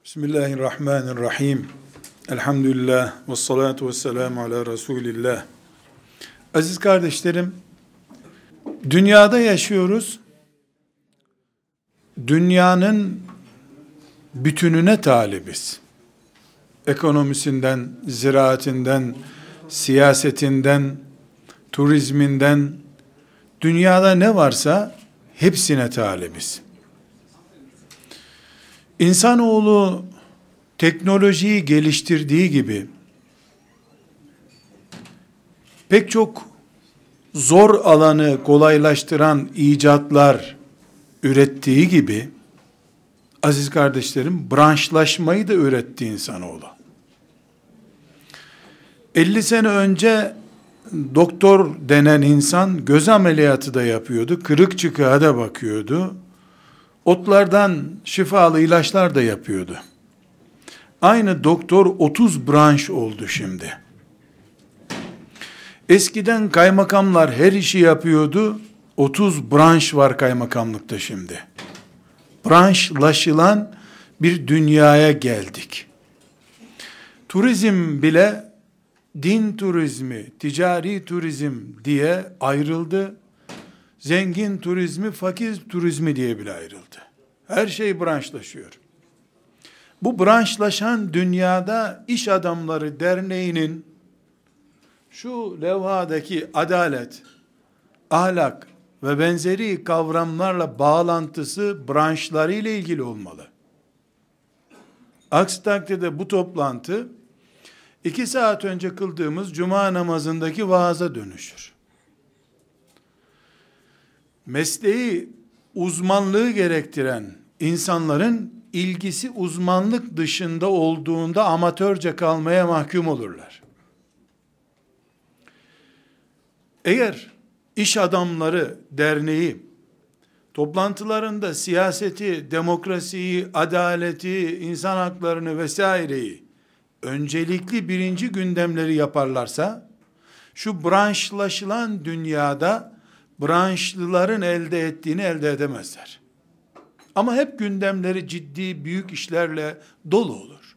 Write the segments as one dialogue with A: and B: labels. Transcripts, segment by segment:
A: Bismillahirrahmanirrahim. Elhamdülillah ve salatu ve selamu ala Resulillah. Aziz kardeşlerim, dünyada yaşıyoruz. Dünyanın bütününe talibiz. Ekonomisinden, ziraatinden, siyasetinden, turizminden, dünyada ne varsa hepsine talibiz. İnsanoğlu teknolojiyi geliştirdiği gibi pek çok zor alanı kolaylaştıran icatlar ürettiği gibi aziz kardeşlerim branşlaşmayı da üretti insanoğlu. 50 sene önce doktor denen insan göz ameliyatı da yapıyordu, kırık çıkığa da bakıyordu. Otlardan şifalı ilaçlar da yapıyordu. Aynı doktor 30 branş oldu şimdi. Eskiden kaymakamlar her işi yapıyordu. 30 branş var kaymakamlıkta şimdi. Branşlaşılan bir dünyaya geldik. Turizm bile din turizmi, ticari turizm diye ayrıldı. Zengin turizmi, fakir turizmi diye bile ayrıldı. Her şey branşlaşıyor. Bu branşlaşan dünyada İş Adamları Derneği'nin şu levhadaki adalet, ahlak ve benzeri kavramlarla bağlantısı branşlarıyla ilgili olmalı. Aksi takdirde bu toplantı 2 saat önce kıldığımız cuma namazındaki vaaza dönüşür. Mesleği, uzmanlığı gerektiren insanların ilgisi uzmanlık dışında olduğunda amatörce kalmaya mahkum olurlar. Eğer İş Adamları Derneği toplantılarında siyaseti, demokrasiyi, adaleti, insan haklarını vesaireyi öncelikli birinci gündemleri yaparlarsa şu branşlaşılan dünyada branşlıların elde ettiğini elde edemezler. Ama hep gündemleri ciddi, büyük işlerle dolu olur.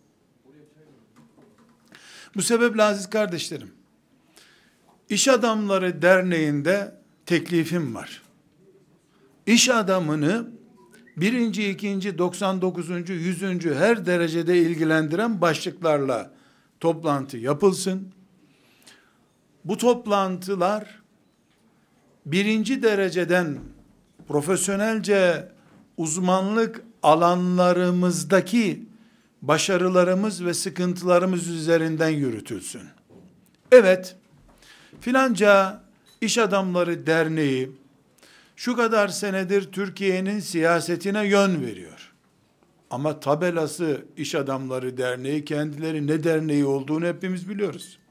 A: Bu sebeple aziz kardeşlerim, İş Adamları Derneği'nde teklifim var. İş adamını birinci, ikinci, 99. 100. her derecede ilgilendiren başlıklarla toplantı yapılsın. Bu toplantılar birinci dereceden profesyonelce uzmanlık alanlarımızdaki başarılarımız ve sıkıntılarımız üzerinden yürütülsün. Evet, filanca İş Adamları Derneği şu kadar senedir Türkiye'nin siyasetine yön veriyor. Ama tabelası İş Adamları Derneği, kendileri ne derneği olduğunu hepimiz biliyoruz.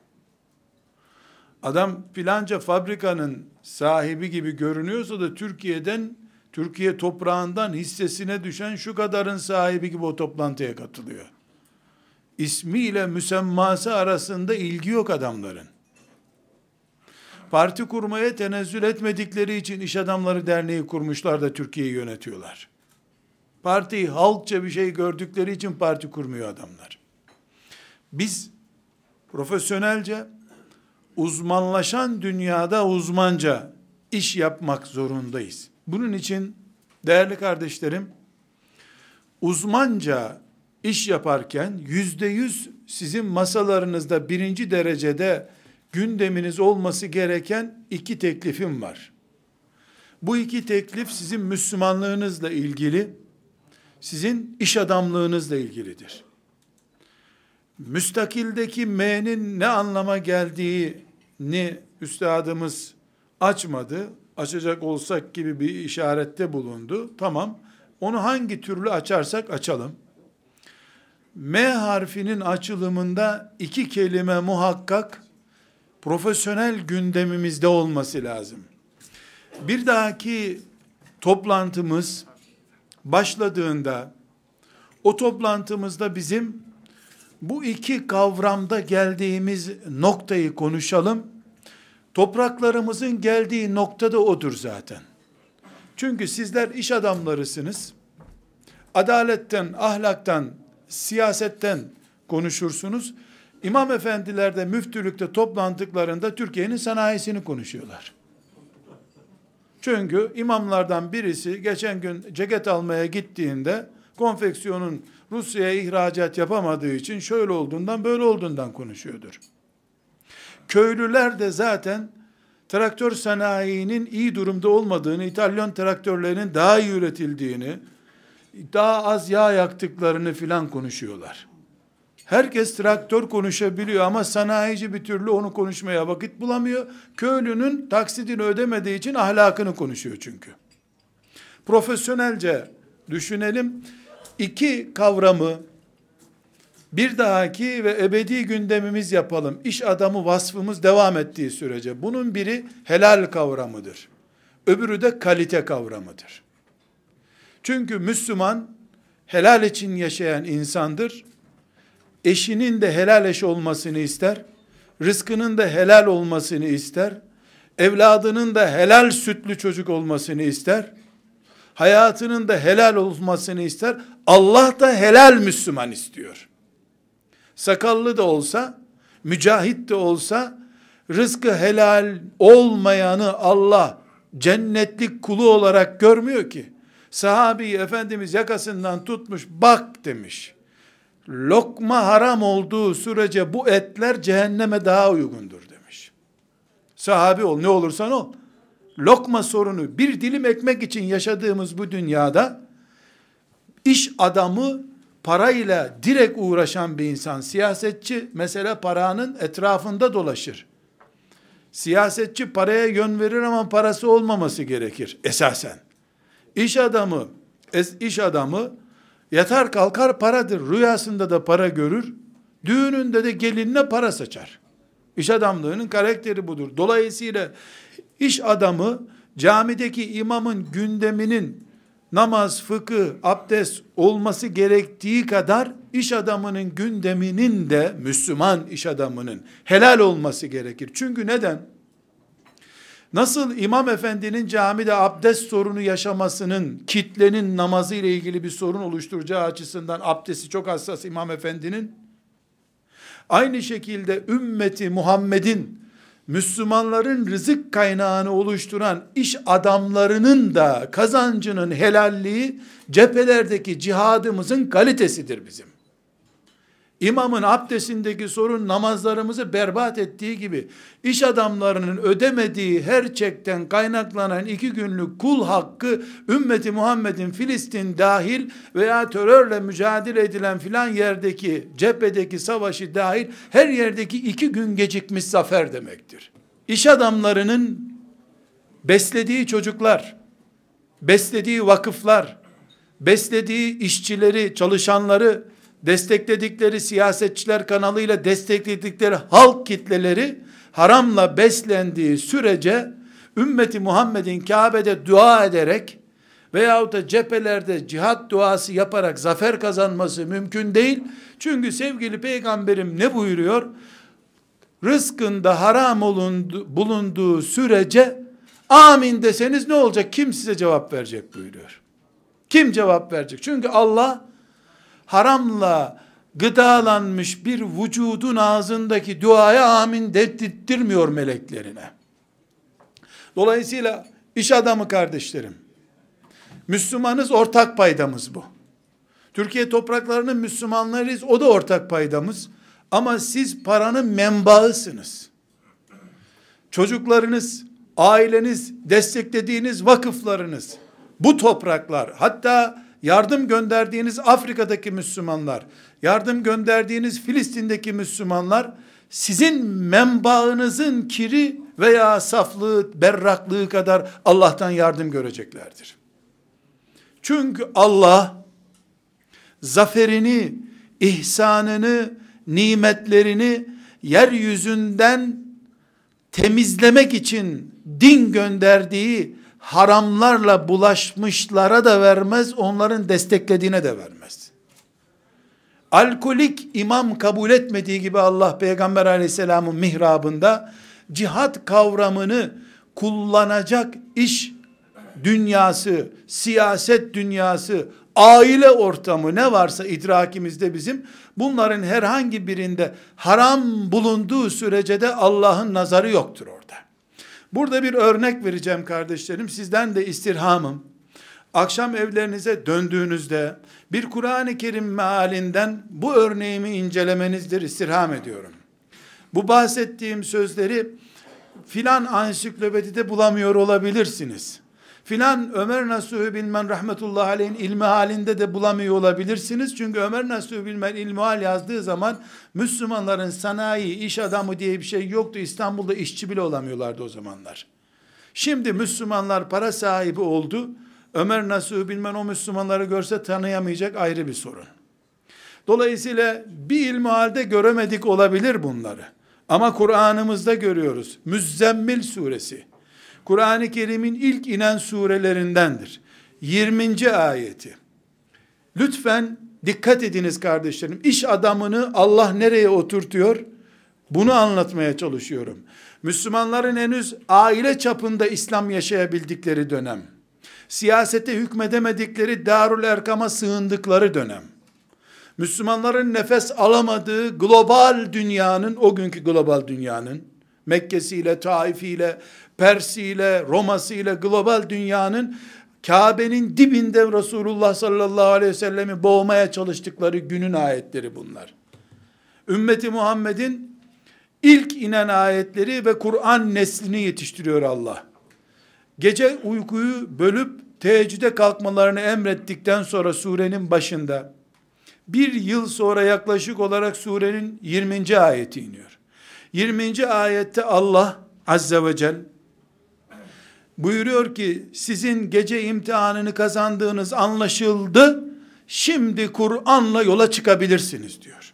A: Adam filanca fabrikanın sahibi gibi görünüyorsa da Türkiye toprağından hissesine düşen şu kadarın sahibi gibi o toplantıya katılıyor. İsmiyle müsemması arasında ilgi yok adamların. Parti kurmaya tenezzül etmedikleri için İş Adamları Derneği kurmuşlar da Türkiye'yi yönetiyorlar. Partiyi halkça bir şey gördükleri için parti kurmuyor adamlar. Biz profesyonelce, uzmanlaşan dünyada uzmanca iş yapmak zorundayız. Bunun için değerli kardeşlerim, uzmanca iş yaparken %100 sizin masalarınızda birinci derecede gündeminiz olması gereken 2 teklifim var. Bu 2 teklif sizin Müslümanlığınızla ilgili, sizin iş adamlığınızla ilgilidir. Müstakildeki M'nin ne anlama geldiğini üstadımız açmadı. Açacak olsak gibi bir işarette bulundu. Tamam. Onu hangi türlü açarsak açalım. M harfinin açılımında 2 kelime muhakkak profesyonel gündemimizde olması lazım. Bir dahaki toplantımız başladığında o toplantımızda bizim bu 2 kavramda geldiğimiz noktayı konuşalım. Topraklarımızın geldiği noktada odur zaten. Çünkü sizler iş adamlarısınız. adaletten, ahlaktan, siyasetten konuşursunuz. İmam efendiler de müftülükte toplandıklarında Türkiye'nin sanayisini konuşuyorlar. Çünkü imamlardan birisi geçen gün ceket almaya gittiğinde konfeksiyonun Rusya'ya ihracat yapamadığı için şöyle olduğundan böyle olduğundan konuşuyordur. Köylüler de zaten traktör sanayinin iyi durumda olmadığını, İtalyan traktörlerinin daha iyi üretildiğini, daha az yağ yaktıklarını filan konuşuyorlar. Herkes traktör konuşabiliyor ama sanayici bir türlü onu konuşmaya vakit bulamıyor. Köylünün taksidini ödemediği için ahlakını konuşuyor çünkü. Profesyonelce düşünelim. İki kavramı bir dahaki ve ebedi gündemimiz yapalım. İş adamı vasfımız devam ettiği sürece. Bunun biri helal kavramıdır. Öbürü de kalite kavramıdır. Çünkü Müslüman helal için yaşayan insandır. Eşinin de helal eş olmasını ister. Rızkının da helal olmasını ister. Evladının da helal sütlü çocuk olmasını ister. Hayatının da helal olmasını ister. Allah da helal Müslüman istiyor. Sakallı da olsa, mücahit de olsa, rızkı helal olmayanı Allah cennetlik kulu olarak görmüyor ki. Sahabi Efendimiz yakasından tutmuş, bak demiş. Lokma haram olduğu sürece bu etler cehenneme daha uygundur demiş. Sahabi ol, ne olursan ol. Lokma sorunu, bir dilim ekmek için yaşadığımız bu dünyada, iş adamı parayla direkt uğraşan bir insan, siyasetçi mesela paranın etrafında dolaşır. Siyasetçi paraya yön verir ama parası olmaması gerekir esasen. İş adamı yatar kalkar paradır. Rüyasında da para görür. Düğününde de gelinine para saçar. İş adamlığının karakteri budur. Dolayısıyla iş adamı camideki imamın gündeminin namaz, fıkıh, abdest olması gerektiği kadar iş adamının gündeminin de Müslüman iş adamının helal olması gerekir. Çünkü neden? Nasıl imam efendinin camide abdest sorunu yaşamasının kitlenin namazı ile ilgili bir sorun oluşturacağı açısından abdesti çok hassas imam efendinin, aynı şekilde ümmeti Muhammed'in Müslümanların rızık kaynağını oluşturan iş adamlarının da kazancının helalliği cephelerdeki cihadımızın kalitesidir bizim. İmamın abdestindeki sorun namazlarımızı berbat ettiği gibi, iş adamlarının ödemediği her çekten kaynaklanan 2 günlük kul hakkı, ümmeti Muhammed'in Filistin dahil veya terörle mücadele edilen filan yerdeki, cephedeki savaşı dahil, her yerdeki 2 gün gecikmiş zafer demektir. İş adamlarının beslediği çocuklar, beslediği vakıflar, beslediği işçileri, çalışanları, destekledikleri siyasetçiler kanalıyla destekledikleri halk kitleleri haramla beslendiği sürece ümmeti Muhammed'in Kabe'de dua ederek veyahut da cephelerde cihat duası yaparak zafer kazanması mümkün değil. Çünkü sevgili peygamberim ne buyuruyor? Rızkında haram bulunduğu sürece amin deseniz ne olacak? Kim size cevap verecek buyuruyor. Kim cevap verecek? Çünkü Allah haramla gıdalanmış bir vücudun ağzındaki duaya amin dedirtmiyor meleklerine. Dolayısıyla iş adamı kardeşlerim, Müslümanız, ortak paydamız bu. Türkiye topraklarının Müslümanlarıyız, o da ortak paydamız. Ama siz paranın menbaısınız. Çocuklarınız, aileniz, desteklediğiniz vakıflarınız, bu topraklar, hatta yardım gönderdiğiniz Afrika'daki Müslümanlar, yardım gönderdiğiniz Filistin'deki Müslümanlar, sizin menbaınızın kiri veya saflığı, berraklığı kadar Allah'tan yardım göreceklerdir. Çünkü Allah, zaferini, ihsanını, nimetlerini yeryüzünden temizlemek için din gönderdiği haramlarla bulaşmışlara da vermez, onların desteklediğine de vermez. Alkolik imam kabul etmediği gibi Allah Peygamber aleyhisselamın mihrabında cihat kavramını kullanacak iş dünyası, siyaset dünyası, aile ortamı ne varsa idrakimizde bizim, bunların herhangi birinde haram bulunduğu sürece de Allah'ın nazarı yoktur orada. Burada bir örnek vereceğim kardeşlerim. Sizden de istirhamım, akşam evlerinize döndüğünüzde bir Kur'an-ı Kerim mealinden bu örneğimi incelemenizdir, istirham ediyorum. Bu bahsettiğim sözleri filan ansiklopedide bulamıyor olabilirsiniz. Filan Ömer Nasuhi Bilmen rahmetullahi aleyhin ilmi halinde de bulamıyor olabilirsiniz. Çünkü Ömer Nasuhi Bilmen ilmi hal yazdığı zaman Müslümanların sanayi, iş adamı diye bir şey yoktu. İstanbul'da işçi bile olamıyorlardı o zamanlar. Şimdi Müslümanlar para sahibi oldu. Ömer Nasuhi Bilmen o Müslümanları görse tanıyamayacak, ayrı bir sorun. Dolayısıyla bir ilmi halde göremedik olabilir bunları. Ama Kur'an'ımızda görüyoruz. Müzzemmil suresi, Kur'an-ı Kerim'in ilk inen surelerindendir. 20. ayeti. Lütfen dikkat ediniz kardeşlerim. İş adamını Allah nereye oturtuyor? Bunu anlatmaya çalışıyorum. Müslümanların henüz aile çapında İslam yaşayabildikleri dönem, siyasete hükmedemedikleri Darül Erkam'a sığındıkları dönem, Müslümanların nefes alamadığı global dünyanın, o günkü global dünyanın, Mekke'siyle, Taif'iyle, Pers'iyle, Roma'sıyla global dünyanın Kabe'nin dibinde Resulullah sallallahu aleyhi ve sellemi boğmaya çalıştıkları günün ayetleri bunlar. Ümmeti Muhammed'in ilk inen ayetleri ve Kur'an neslini yetiştiriyor Allah. Gece uykuyu bölüp teheccüde kalkmalarını emrettikten sonra surenin başında, bir yıl sonra yaklaşık olarak surenin 20. ayeti iniyor. 20. ayette Allah Azze ve Celle buyuruyor ki, sizin gece imtihanını kazandığınız anlaşıldı, şimdi Kur'an'la yola çıkabilirsiniz diyor.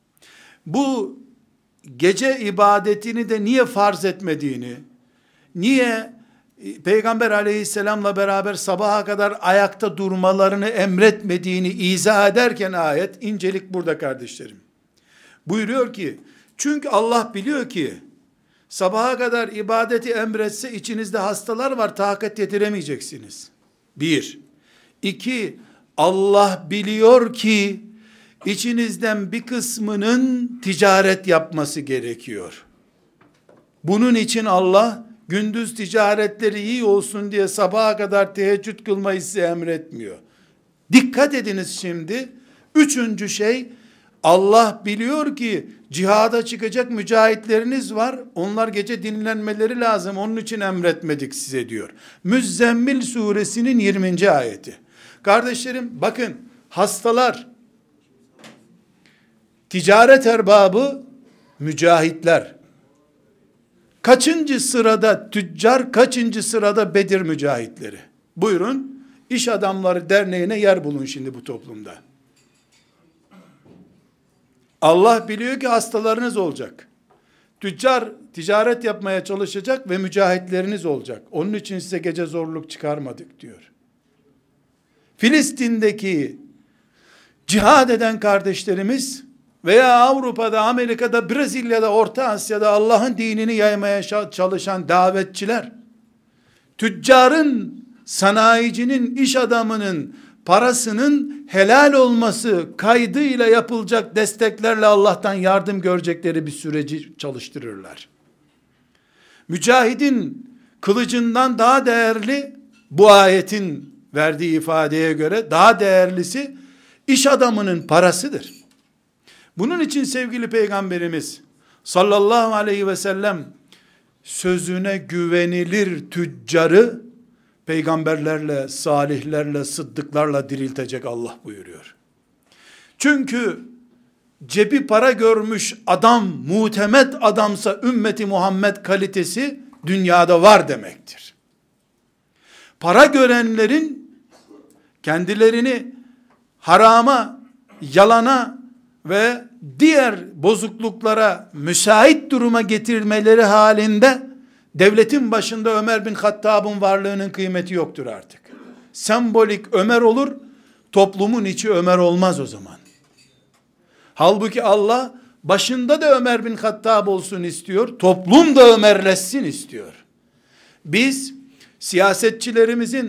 A: Bu gece ibadetini de niye farz etmediğini, niye Peygamber aleyhisselamla beraber sabaha kadar ayakta durmalarını emretmediğini izah ederken ayet, incelik burada kardeşlerim. Buyuruyor ki, çünkü Allah biliyor ki, sabaha kadar ibadeti emretse içinizde hastalar var, takat yetiremeyeceksiniz. Bir. İki, Allah biliyor ki, içinizden bir kısmının ticaret yapması gerekiyor. Bunun için Allah, gündüz ticaretleri iyi olsun diye sabaha kadar teheccüd kılmayı size emretmiyor. Dikkat ediniz şimdi. Üçüncü şey, Allah biliyor ki cihada çıkacak mücahitleriniz var. Onlar gece dinlenmeleri lazım. Onun için emretmedik size diyor. Müzzemmil suresinin 20. ayeti. Kardeşlerim bakın, hastalar, ticaret erbabı, mücahitler, kaçıncı sırada tüccar, kaçıncı sırada Bedir mücahitleri? Buyurun, İş Adamları Derneği'ne yer bulun şimdi bu toplumda. Allah biliyor ki hastalarınız olacak. Tüccar ticaret yapmaya çalışacak ve mücahitleriniz olacak. Onun için size gece zorluk çıkarmadık diyor. Filistin'deki cihad eden kardeşlerimiz veya Avrupa'da, Amerika'da, Brezilya'da, Orta Asya'da Allah'ın dinini yaymaya çalışan davetçiler, tüccarın, sanayicinin, iş adamının parasının helal olması kaydıyla yapılacak desteklerle Allah'tan yardım görecekleri bir süreci çalıştırırlar. Mücahidin kılıcından daha değerli, bu ayetin verdiği ifadeye göre daha değerlisi iş adamının parasıdır. Bunun için sevgili Peygamberimiz sallallahu aleyhi ve sellem sözüne güvenilir tüccarı peygamberlerle, salihlerle, sıddıklarla diriltecek Allah buyuruyor. Çünkü cebi para görmüş adam, mutemet adamsa ümmeti Muhammed kalitesi dünyada var demektir. Para görenlerin kendilerini harama, yalana ve diğer bozukluklara müsait duruma getirmeleri halinde devletin başında Ömer bin Hattab'ın varlığının kıymeti yoktur artık. Sembolik Ömer olur, toplumun içi Ömer olmaz o zaman. Halbuki Allah başında da Ömer bin Hattab olsun istiyor, toplum da Ömerleşsin istiyor. Biz siyasetçilerimizin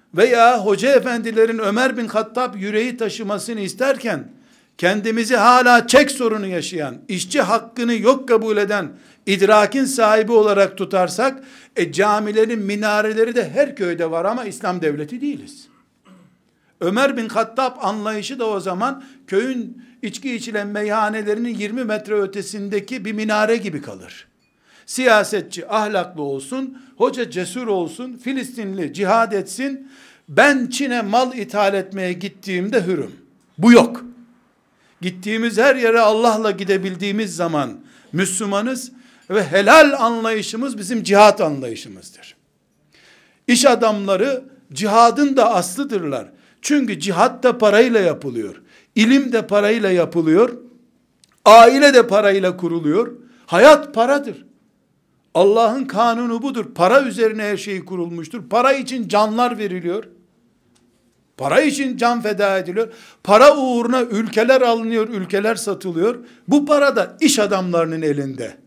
A: veya hoca efendilerin Ömer bin Hattab yüreği taşımasını isterken, kendimizi hala çek sorunu yaşayan, işçi hakkını yok kabul eden, idrakin sahibi olarak tutarsak, camilerin minareleri de her köyde var ama İslam devleti değiliz. Ömer bin Hattab anlayışı da o zaman, köyün içki içilen meyhanelerinin 20 metre ötesindeki bir minare gibi kalır. Siyasetçi ahlaklı olsun, hoca cesur olsun, Filistinli cihad etsin, ben Çin'e mal ithal etmeye gittiğimde hürüm. Bu yok. Gittiğimiz her yere Allah'la gidebildiğimiz zaman Müslümanız ve helal anlayışımız bizim cihat anlayışımızdır. İş adamları cihadın da aslıdırlar. Çünkü cihat da parayla yapılıyor. İlim de parayla yapılıyor. Aile de parayla kuruluyor. Hayat paradır. Allah'ın kanunu budur. Para üzerine her şey kurulmuştur. Para için canlar veriliyor. Para için can feda ediliyor. Para uğruna ülkeler alınıyor, ülkeler satılıyor. Bu para da iş adamlarının elinde.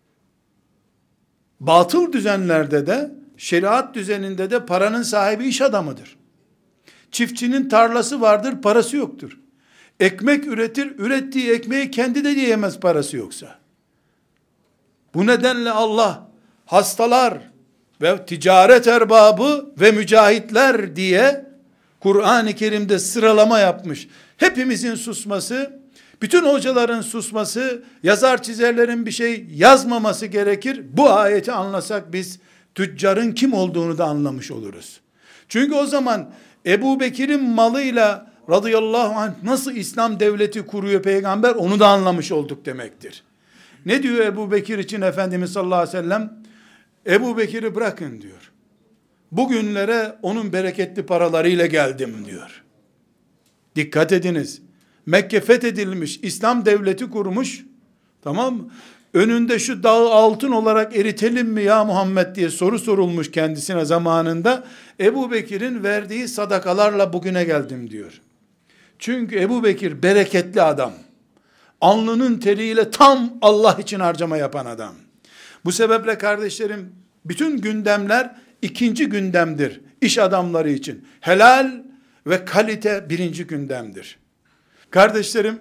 A: Batıl düzenlerde de, şeriat düzeninde de paranın sahibi iş adamıdır. Çiftçinin tarlası vardır, parası yoktur. Ekmek üretir, ürettiği ekmeği kendi de yiyemez parası yoksa. Bu nedenle Allah hastalar ve ticaret erbabı ve mücahitler diye Kur'an-ı Kerim'de sıralama yapmış. Hepimizin susması, bütün hocaların susması, yazar çizerlerin bir şey yazmaması gerekir. Bu ayeti anlasak biz tüccarın kim olduğunu da anlamış oluruz. Çünkü o zaman Ebu Bekir'in malıyla radıyallahu anh nasıl İslam devleti kuruyor peygamber, onu da anlamış olduk demektir. Ne diyor Ebu Bekir için Efendimiz sallallahu aleyhi ve sellem? Ebu Bekir'i bırakın diyor. Bugünlere onun bereketli paralarıyla geldim diyor. Dikkat ediniz. Mekke fethedilmiş, İslam devleti kurmuş. Tamam mı? Önünde şu dağı altın olarak eritelim mi ya Muhammed diye soru sorulmuş kendisine zamanında. Ebu Bekir'in verdiği sadakalarla bugüne geldim diyor. Çünkü Ebu Bekir bereketli adam. Alnının teriyle tam Allah için harcama yapan adam. Bu sebeple kardeşlerim, bütün gündemler ikinci gündemdir iş adamları için. Helal ve kalite birinci gündemdir. Kardeşlerim,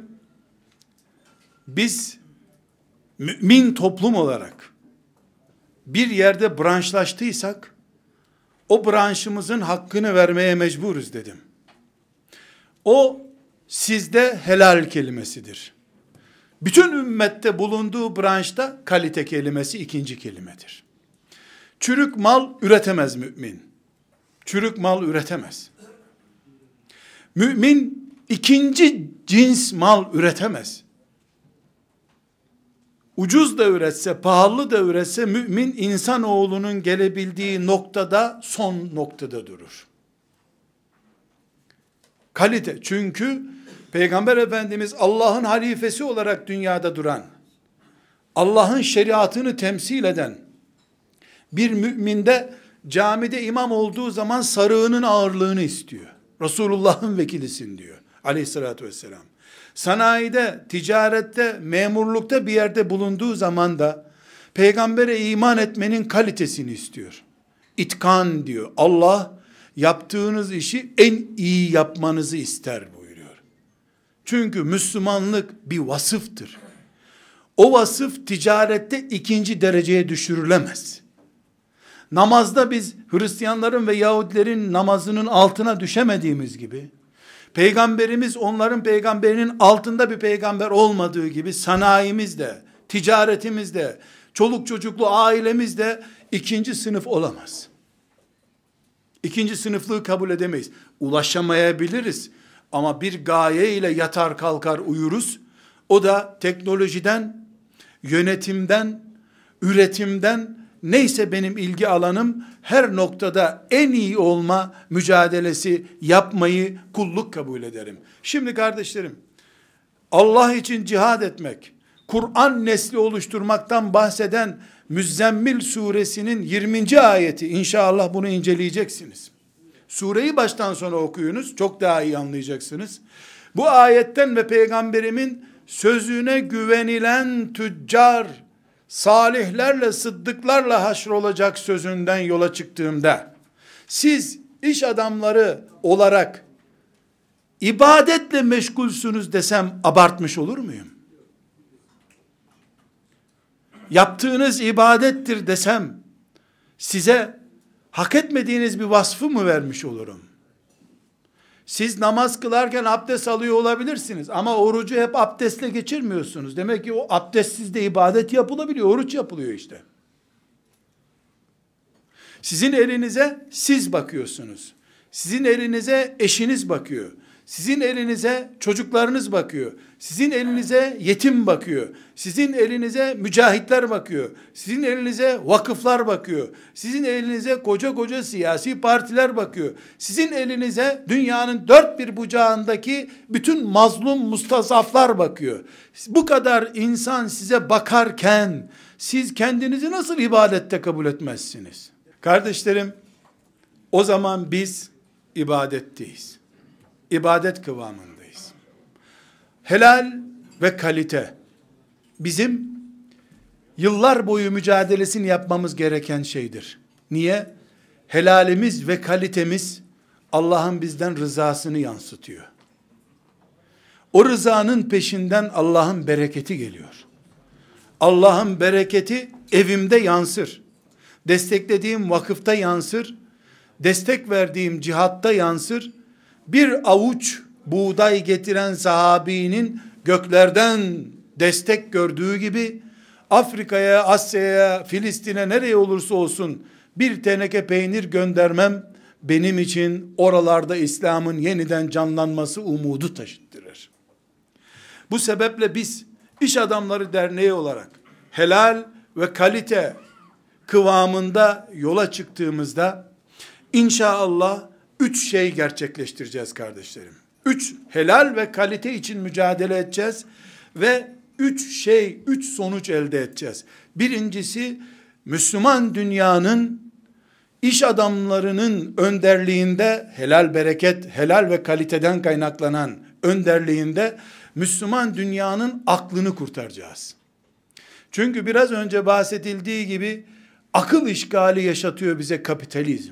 A: biz mümin toplum olarak bir yerde branşlaştıysak, o branşımızın hakkını vermeye mecburuz dedim. O sizde helal kelimesidir. Bütün ümmette bulunduğu branşta kalite kelimesi ikinci kelimedir. Çürük mal üretemez mümin. Çürük mal üretemez. Mümin ikinci cins mal üretemez. Ucuz da üretse, pahalı da üretse mümin insanoğlunun gelebildiği noktada, son noktada durur. Kalite, çünkü Peygamber Efendimiz Allah'ın halifesi olarak dünyada duran, Allah'ın şeriatını temsil eden bir müminde camide imam olduğu zaman sarığının ağırlığını istiyor. Resulullah'ın vekilisin diyor aleyhissalatü vesselam. Sanayide, ticarette, memurlukta bir yerde bulunduğu zaman da peygambere iman etmenin kalitesini istiyor. İtkan diyor. Allah yaptığınız işi en iyi yapmanızı ister buyuruyor. Çünkü Müslümanlık bir vasıftır. O vasıf ticarette ikinci dereceye düşürülemez. Namazda biz Hristiyanların ve Yahudilerin namazının altına düşemediğimiz gibi, Peygamberimiz onların peygamberinin altında bir peygamber olmadığı gibi, sanayimizde, ticaretimizde, çoluk çocuklu ailemizde ikinci sınıf olamaz. İkinci sınıflığı kabul edemeyiz. Ulaşamayabiliriz. Ama bir gaye ile yatar kalkar uyuruz. O da teknolojiden, yönetimden, üretimden, neyse benim ilgi alanım, her noktada en iyi olma mücadelesi yapmayı kulluk kabul ederim. Şimdi kardeşlerim, Allah için cihad etmek, Kur'an nesli oluşturmaktan bahseden Müzzemmil suresinin 20. ayeti, inşallah bunu inceleyeceksiniz. Sureyi baştan sona okuyunuz, çok daha iyi anlayacaksınız. Bu ayetten ve peygamberimin sözüne güvenilen tüccar, salihlerle, sıddıklarla haşrolacak sözünden yola çıktığımda, siz iş adamları olarak ibadetle meşgulsünüz desem abartmış olur muyum? Yaptığınız ibadettir desem size hak etmediğiniz bir vasfı mı vermiş olurum? Siz namaz kılarken abdest alıyor olabilirsiniz ama orucu hep abdestle geçirmiyorsunuz. Demek ki o abdestsiz de ibadet yapılabiliyor, oruç yapılıyor işte. Sizin elinize siz bakıyorsunuz. Sizin elinize eşiniz bakıyor. Sizin elinize çocuklarınız bakıyor. Sizin elinize yetim bakıyor. Sizin elinize mücahitler bakıyor. Sizin elinize vakıflar bakıyor. Sizin elinize koca koca siyasi partiler bakıyor. Sizin elinize dünyanın dört bir bucağındaki bütün mazlum mustazaflar bakıyor. Bu kadar insan size bakarken siz kendinizi nasıl ibadette kabul etmezsiniz? Kardeşlerim, o zaman biz ibadetteyiz. İbadet kıvamındayız. Helal ve kalite bizim yıllar boyu mücadelesini yapmamız gereken şeydir. Niye? Helalimiz ve kalitemiz Allah'ın bizden rızasını yansıtıyor. O rızanın peşinden Allah'ın bereketi geliyor. Allah'ın bereketi evimde yansır. Desteklediğim vakıfta yansır. Destek verdiğim cihatta yansır. Bir avuç buğday getiren sahabinin göklerden destek gördüğü gibi Afrika'ya, Asya'ya, Filistin'e nereye olursa olsun bir teneke peynir göndermem benim için oralarda İslam'ın yeniden canlanması umudu taşıttırır. Bu sebeple biz İş Adamları Derneği olarak helal ve kalite kıvamında yola çıktığımızda İnşallah 3 şey gerçekleştireceğiz kardeşlerim. 3 helal ve kalite için mücadele edeceğiz ve 3 sonuç elde edeceğiz. Birincisi, Müslüman dünyanın iş adamlarının önderliğinde helal bereket, helal ve kaliteden kaynaklanan önderliğinde Müslüman dünyanın aklını kurtaracağız. Çünkü biraz önce bahsedildiği gibi akıl işgali yaşatıyor bize kapitalizm.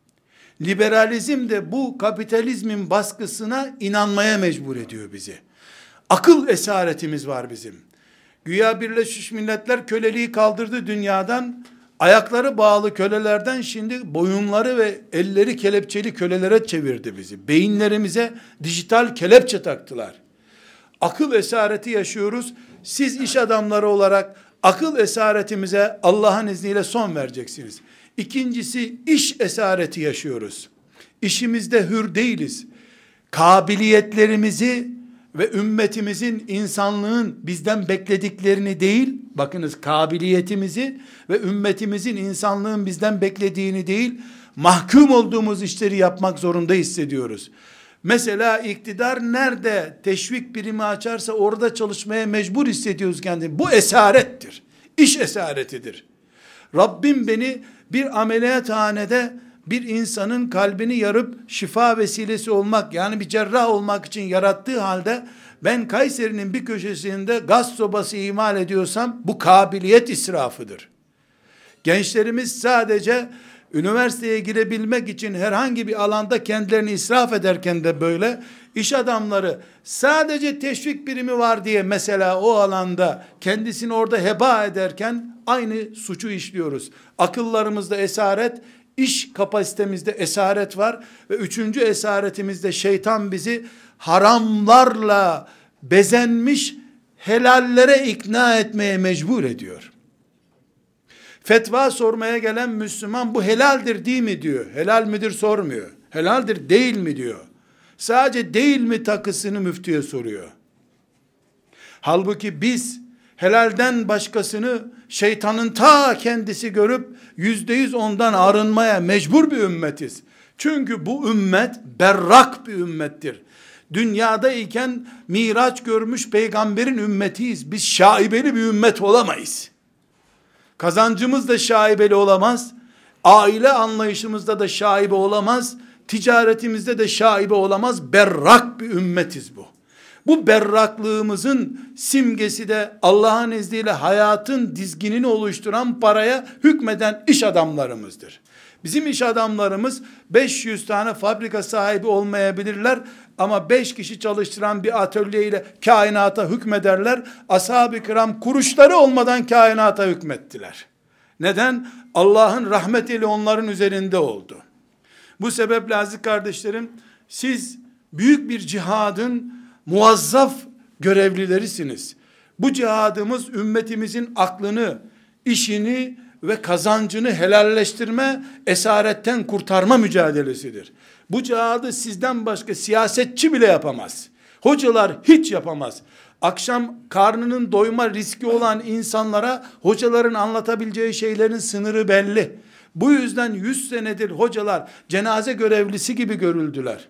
A: Liberalizm de bu kapitalizmin baskısına inanmaya mecbur ediyor bizi. Akıl esaretimiz var bizim. Güya Birleşmiş Milletler köleliği kaldırdı dünyadan. Ayakları bağlı kölelerden şimdi boyunları ve elleri kelepçeli kölelere çevirdi bizi. Beyinlerimize dijital kelepçe taktılar. Akıl esareti yaşıyoruz. Siz iş adamları olarak akıl esaretimize Allah'ın izniyle son vereceksiniz. İkincisi, iş esareti yaşıyoruz. İşimizde hür değiliz. Kabiliyetlerimizi ve ümmetimizin, insanlığın bizden beklediklerini değil, bakınız kabiliyetimizi ve ümmetimizin, insanlığın bizden beklediğini değil, mahkum olduğumuz işleri yapmak zorunda hissediyoruz. Mesela iktidar nerede teşvik birimi açarsa orada çalışmaya mecbur hissediyoruz kendimizi. Bu esarettir. İş esaretidir. Rabbim beni bir ameliyathanede bir insanın kalbini yarıp şifa vesilesi olmak, yani bir cerrah olmak için yarattığı halde ben Kayseri'nin bir köşesinde gaz sobası imal ediyorsam bu kabiliyet israfıdır. Gençlerimiz sadece üniversiteye girebilmek için herhangi bir alanda kendilerini israf ederken de böyle, iş adamları sadece teşvik birimi var diye mesela o alanda kendisini orada heba ederken aynı suçu işliyoruz. Akıllarımızda esaret, iş kapasitemizde esaret var ve üçüncü esaretimizde şeytan bizi haramlarla bezenmiş helallere ikna etmeye mecbur ediyor. Fetva sormaya gelen Müslüman bu helaldir değil mi diyor. Helal midir sormuyor. Helaldir değil mi diyor. Sadece değil mi takısını müftüye soruyor. Halbuki biz helalden başkasını şeytanın ta kendisi görüp %100 ondan arınmaya mecbur bir ümmetiz. Çünkü bu ümmet berrak bir ümmettir. Dünyada iken miraç görmüş peygamberin ümmetiyiz. Biz şaibeli bir ümmet olamayız. Kazancımız da şaibeli olamaz. Aile anlayışımızda da şaibe olamaz. Ticaretimizde de şaibe olamaz. Berrak bir ümmetiz bu. Bu berraklığımızın simgesi de Allah'ın izniyle hayatın dizginini oluşturan paraya hükmeden iş adamlarımızdır. Bizim iş adamlarımız 500 tane fabrika sahibi olmayabilirler ama 5 kişi çalıştıran bir atölyeyle kainata hükmederler. Ashab-ı kiram kuruşları olmadan kainata hükmettiler. Neden? Allah'ın rahmetiyle onların üzerinde oldu. Bu sebeple aziz kardeşlerim, siz büyük bir cihadın muazzaf görevlilerisiniz. Bu cihadımız ümmetimizin aklını, işini ve kazancını helalleştirme, esaretten kurtarma mücadelesidir. Bu cihadı sizden başka siyasetçi bile yapamaz. Hocalar hiç yapamaz. Akşam karnının doyma riski olan insanlara hocaların anlatabileceği şeylerin sınırı belli. Bu yüzden 100 senedir hocalar cenaze görevlisi gibi görüldüler.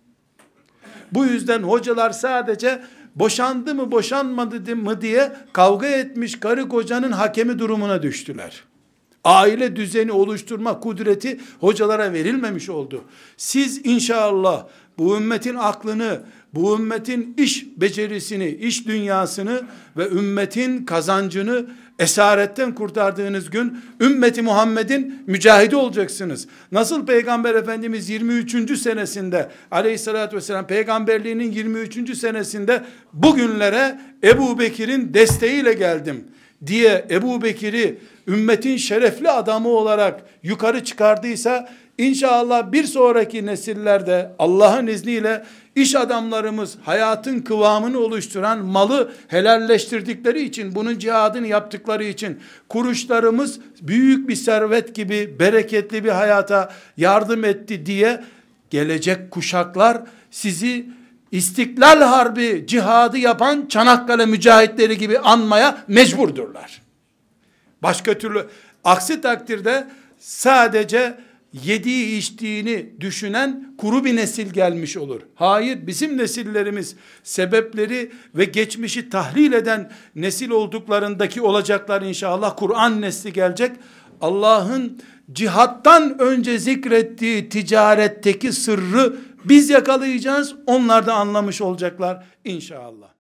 A: Bu yüzden hocalar sadece boşandı mı boşanmadı mı diye kavga etmiş karı kocanın hakemi durumuna düştüler. Aile düzeni oluşturma kudreti hocalara verilmemiş oldu. Siz inşallah bu ümmetin aklını, bu ümmetin iş becerisini, iş dünyasını ve ümmetin kazancını esaretten kurtardığınız gün ümmeti Muhammed'in mücahidi olacaksınız. Nasıl Peygamber Efendimiz 23. senesinde aleyhissalatü vesselam peygamberliğinin 23. senesinde bugünlere Ebu Bekir'in desteğiyle geldim diye Ebu Bekir'i ümmetin şerefli adamı olarak yukarı çıkardıysa, İnşallah bir sonraki nesillerde Allah'ın izniyle iş adamlarımız hayatın kıvamını oluşturan malı helalleştirdikleri için, bunun cihadını yaptıkları için kuruşlarımız büyük bir servet gibi bereketli bir hayata yardım etti diye gelecek kuşaklar sizi İstiklal Harbi cihadı yapan Çanakkale mücahitleri gibi anmaya mecburdurlar. Başka türlü, aksi takdirde sadece yediği içtiğini düşünen kuru bir nesil gelmiş olur. Hayır, bizim nesillerimiz sebepleri ve geçmişi tahlil eden nesil olduklarındaki olacaklar inşallah. Kur'an nesli gelecek. Allah'ın cihattan önce zikrettiği ticaretteki sırrı biz yakalayacağız. Onlar da anlamış olacaklar inşallah.